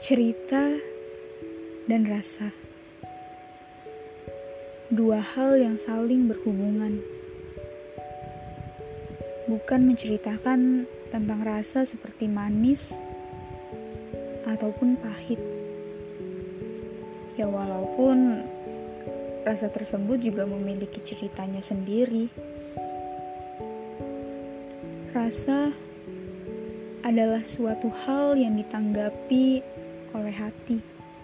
Cerita dan rasa, dua hal yang saling berhubungan. Bukan menceritakan tentang rasa seperti manis ataupun pahit. Ya walaupun rasa tersebut juga memiliki ceritanya sendiri. Rasa adalah suatu hal yang ditanggapi oleh hati.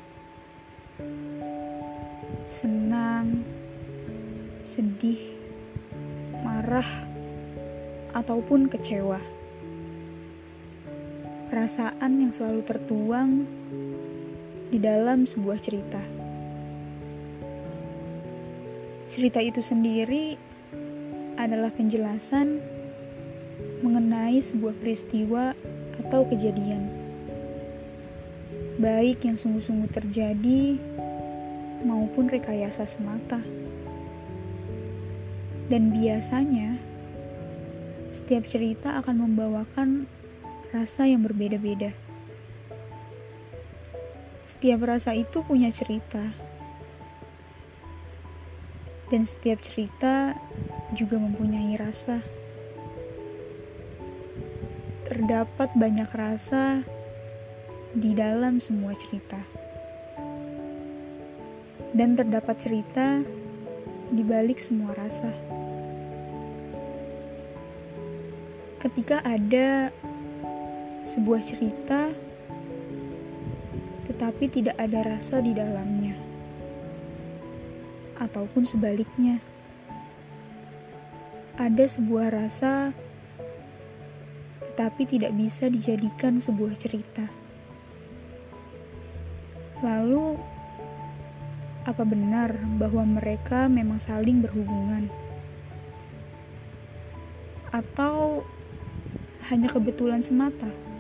Senang, sedih, marah, ataupun kecewa. Perasaan yang selalu tertuang di dalam sebuah cerita. Cerita itu sendiri adalah penjelasan mengenai sebuah peristiwa atau kejadian, baik yang sungguh-sungguh terjadi maupun rekayasa semata. Dan biasanya setiap cerita akan membawakan rasa yang berbeda-beda. Setiap rasa itu punya cerita, dan setiap cerita juga mempunyai rasa. Terdapat banyak rasa di dalam semua cerita, dan terdapat cerita di balik semua rasa. Ketika ada sebuah cerita tetapi tidak ada rasa di dalamnya, ataupun sebaliknya, ada sebuah rasa tetapi tidak bisa dijadikan sebuah cerita. Lalu, apa benar bahwa mereka memang saling berhubungan? Atau hanya kebetulan semata?